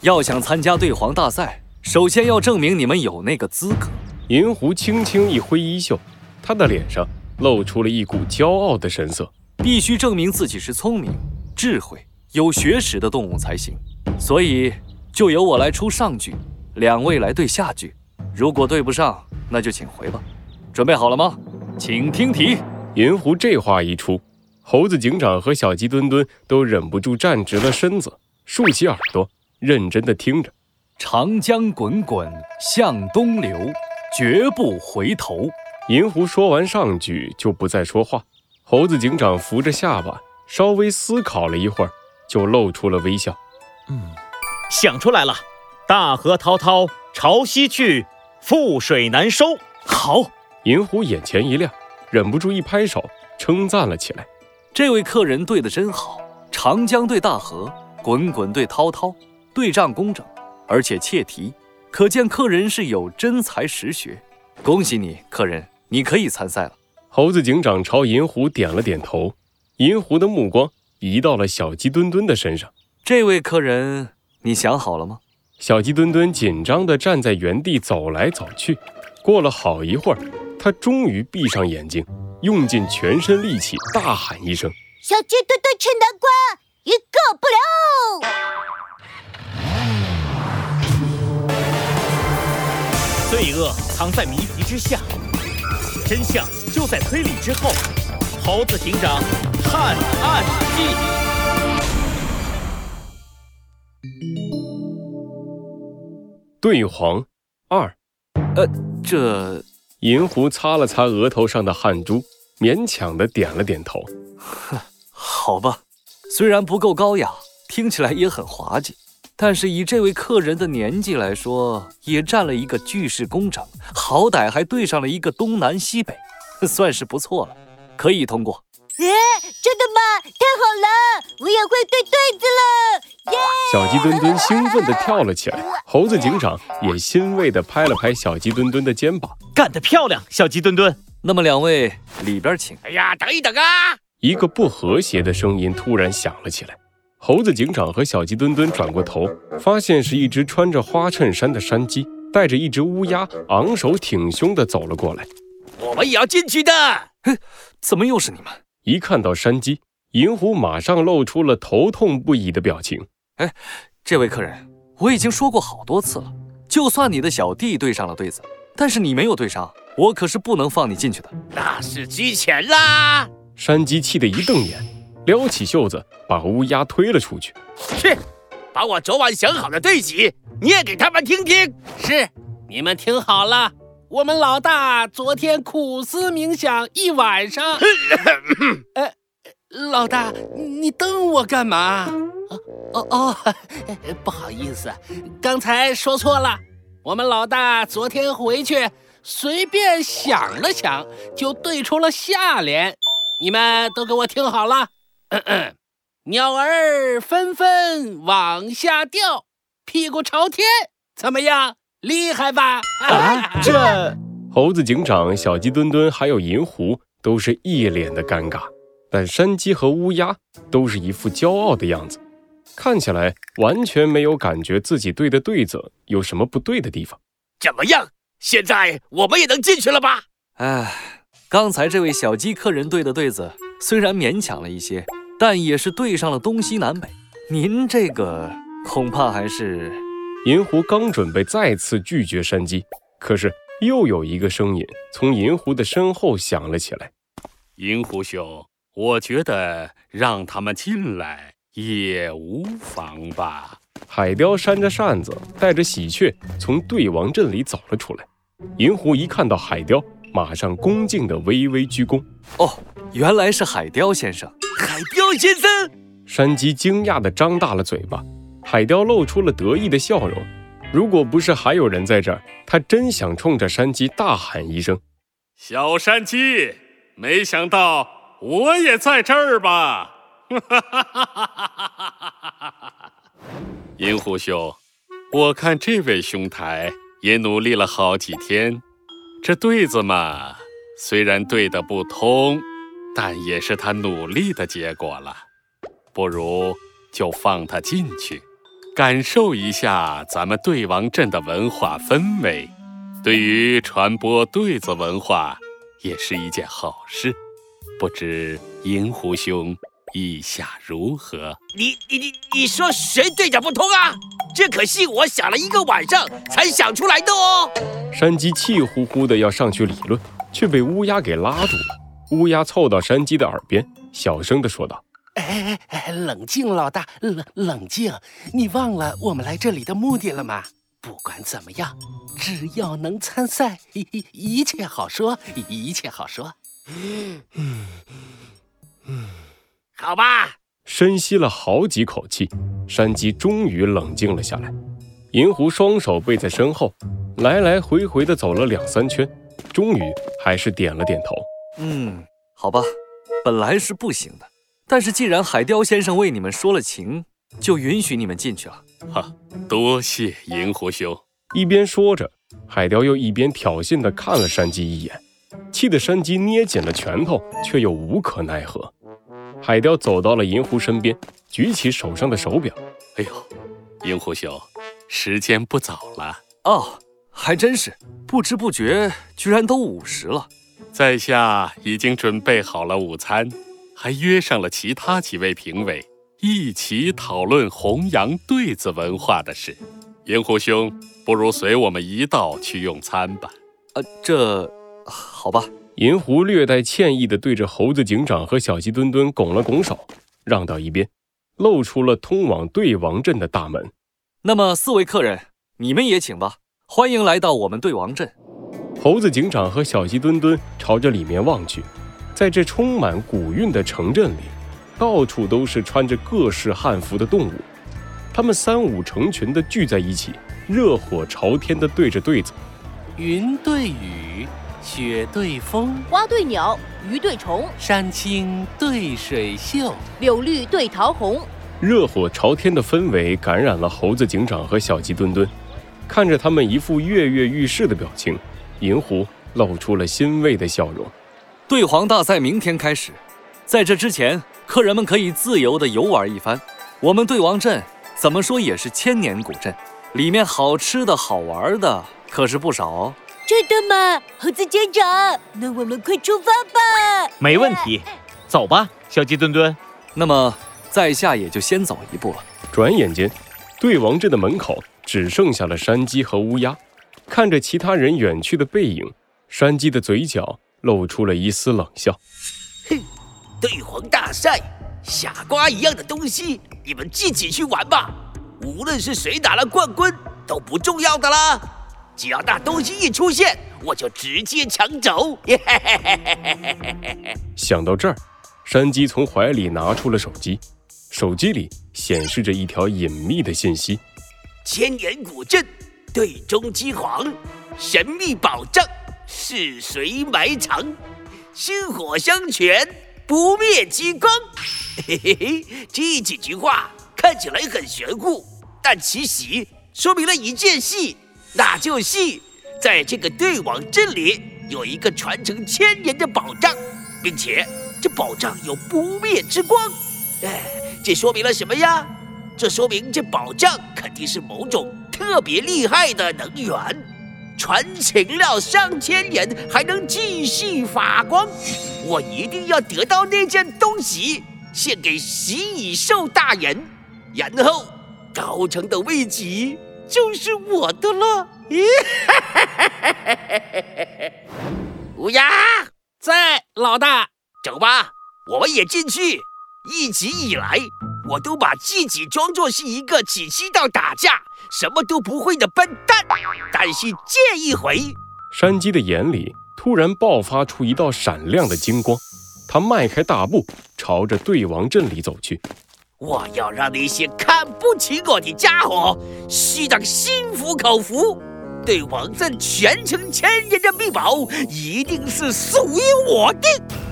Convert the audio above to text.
要想参加对皇大赛，首先要证明你们有那个资格。 银狐轻轻一挥衣袖，他的脸上露出了一股骄傲的神色。 必须证明自己是聪明、智慧、有学识的动物才行。所以就由我来出上句，2位来对下句。如果对不上，那就请回吧。准备好了吗？请听题。 银狐这话一出，猴子警长和小鸡墩墩都忍不住站直了身子，竖起耳朵，认真地听着。 长江滚滚向东流，绝不回头。 银狐说完上句就不再说话。猴子警长扶着下巴，稍微思考了一会儿，就露出了微笑。 想出来了，大河滔滔潮汐去，覆水难收。 好！ 银狐眼前一亮，忍不住一拍手，称赞了起来。 这位客人对得真好，长江对大河，滚滚对滔滔，对仗工整，而且切题，可见客人是有真才实学。恭喜你，客人，你可以参赛了。 猴子警长朝银狐点了点头，银狐的目光移到了小鸡墩墩的身上。 这位客人，你想好了吗？ 小鸡墩墩紧张地站在原地走来走去，过了好一会儿，他终于闭上眼睛，用尽全身力气大喊一声： 小鸡墩墩吃南瓜，一个不留。 罪恶藏在谜题之下，真相就在推理之后。猴子警长探案记。 对黄2。 这…… 银狐擦了擦额头上的汗珠，勉强地点了点头。 好吧，虽然不够高雅，听起来也很滑稽，但是以这位客人的年纪来说，也占了一个句式工整，好歹还对上了一个东南西北，算是不错了，可以通过。 真的吗？太好了，我也会对对子了！耶！ 小鸡墩墩兴奋地跳了起来，猴子警长也欣慰地拍了拍小鸡墩墩的肩膀。 干得漂亮，小鸡墩墩！ 那么2位里边请。 哎呀，等一等啊！ 一个不和谐的声音突然响了起来。猴子警长和小鸡墩墩转过头，发现是一只穿着花衬衫的山鸡，带着一只乌鸦，昂首挺胸地走了过来。 我们也要进去的。 怎么又是你们？ 一看到山鸡，银狐马上露出了头痛不已的表情。 这位客人，我已经说过好多次了，就算你的小弟对上了对子，但是你没有对上，我可是不能放你进去的。 那是居前啦！ 山鸡气得一瞪眼，撩起袖子把乌鸦推了出去。 是，把我昨晚想好的对棋念给他们听听。是，你们听好了，我们老大昨天苦思冥想一晚上。老大，你瞪我干嘛？不好意思，刚才说错了。我们老大昨天回去随便想了想，就对出了下联，你们都给我听好了。鸟儿纷纷往下掉，屁股朝天，怎么样？厉害吧？ 这…… 猴子警长、小鸡墩墩还有银狐都是一脸的尴尬，但山鸡和乌鸦都是一副骄傲的样子，看起来完全没有感觉自己对的对子有什么不对的地方。 怎么样？现在我们也能进去了吧？ 刚才这位小鸡客人对的对子虽然勉强了一些，但也是对上了东西南北。您这个恐怕还是…… 银狐刚准备再次拒绝山鸡，可是又有一个声音从银狐的身后响了起来。 银狐兄，我觉得让他们进来也无妨吧。 海雕扇着扇子，带着喜鹊从对王阵里走了出来。银狐一看到海雕，马上恭敬地微微鞠躬。 原来是海雕先生。 海雕先生！ 山鸡惊讶地张大了嘴巴，海雕露出了得意的笑容。如果不是还有人在这儿，他真想冲着山鸡大喊一声： 小山鸡，没想到我也在这儿吧？银狐兄，我看这位兄台也努力了好几天，这对子嘛，虽然对得不通，但也是他努力的结果了。不如就放他进去， 感受一下咱们对王镇的文化氛围，对于传播对子文化也是一件好事。不知银狐兄意下如何？ 你说谁对着不通啊？这可是我想了一个晚上才想出来的哦。 山鸡气呼呼的要上去理论，却被乌鸦给拉住了。乌鸦凑到山鸡的耳边，小声的说道： 冷静，老大，冷静！你忘了我们来这里的目的了吗？不管怎么样，只要能参赛，一切好说，一切好说。 好吧。 深吸了好几口气，山鸡终于冷静了下来。银狐双手背在身后，来来回回的走了2、3圈，终于还是点了点头。 好吧，本来是不行的，但是既然海雕先生为你们说了情，就允许你们进去了。 多谢银狐兄。 一边说着，海雕又一边挑衅地看了山鸡一眼，气得山鸡捏紧了拳头，却又无可奈何。海雕走到了银狐身边，举起手上的手表。 哎呦，银狐兄，时间不早了。 哦，还真是，不知不觉居然都午时了。 在下已经准备好了午餐，还约上了其他几位评委，一起讨论弘扬对子文化的事。银狐兄，不如随我们一道去用餐吧。 这好吧。 银狐略带歉意地对着猴子警长和小鸡墩墩拱了拱手，让到一边，露出了通往对王镇的大门。 那么4位客人，你们也请吧，欢迎来到我们对王镇。 猴子警长和小鸡墩墩朝着里面望去，在这充满古韵的城镇里，到处都是穿着各式汉服的动物，他们3、5成群地聚在一起，热火朝天地对着对子。 云对雨，雪对风， 花对鸟，鱼对虫， 山青对水秀， 柳绿对桃红。 热火朝天的氛围感染了猴子警长和小鸡墩墩，看着他们一副跃跃欲试的表情，银狐露出了欣慰的笑容。 对黄大赛明天开始，在这之前，客人们可以自由地游玩一番。我们对王镇怎么说也是千年古镇，里面好吃的好玩的可是不少哦。 真的吗？猴子警长，那我们快出发吧。 没问题，走吧，小鸡墩墩。 那么在下也就先走一步了。 转眼间，对王镇的门口只剩下了山鸡和乌鸦。看着其他人远去的背影，山鸡的嘴角露出了一丝冷笑。 哼，对黄大赛，傻瓜一样的东西，你们自己去玩吧。无论是谁拿了冠军，都不重要的啦。只要那东西一出现，我就直接抢走。 想到这儿，山鸡从怀里拿出了手机，手机里显示着一条隐秘的信息： 千年古镇，对中之皇，神秘宝藏，是谁埋藏？薪火相传，不灭之光。嘿嘿嘿，这几句话看起来很玄乎，但其实说明了一件事，那就是在这个对王镇里有一个传承1000年的宝藏，并且这宝藏有不灭之光。这说明了什么呀？这说明这宝藏肯定是某种特别厉害的能源，传承了上千年还能继续发光。我一定要得到那件东西，献给食蚁兽大人，然后高层的位置就是我的了。乌鸦在，老大。 走吧，我们也进去。一直以来，我都把自己装作是一个只知道打架、什么都不会的笨蛋，但是这一回， 山鸡的眼里突然爆发出一道闪亮的金光，他迈开大步朝着对王镇里走去。 我要让那些看不起我的家伙吸得心服口服，对王镇传承1000年的秘宝一定是属于我的。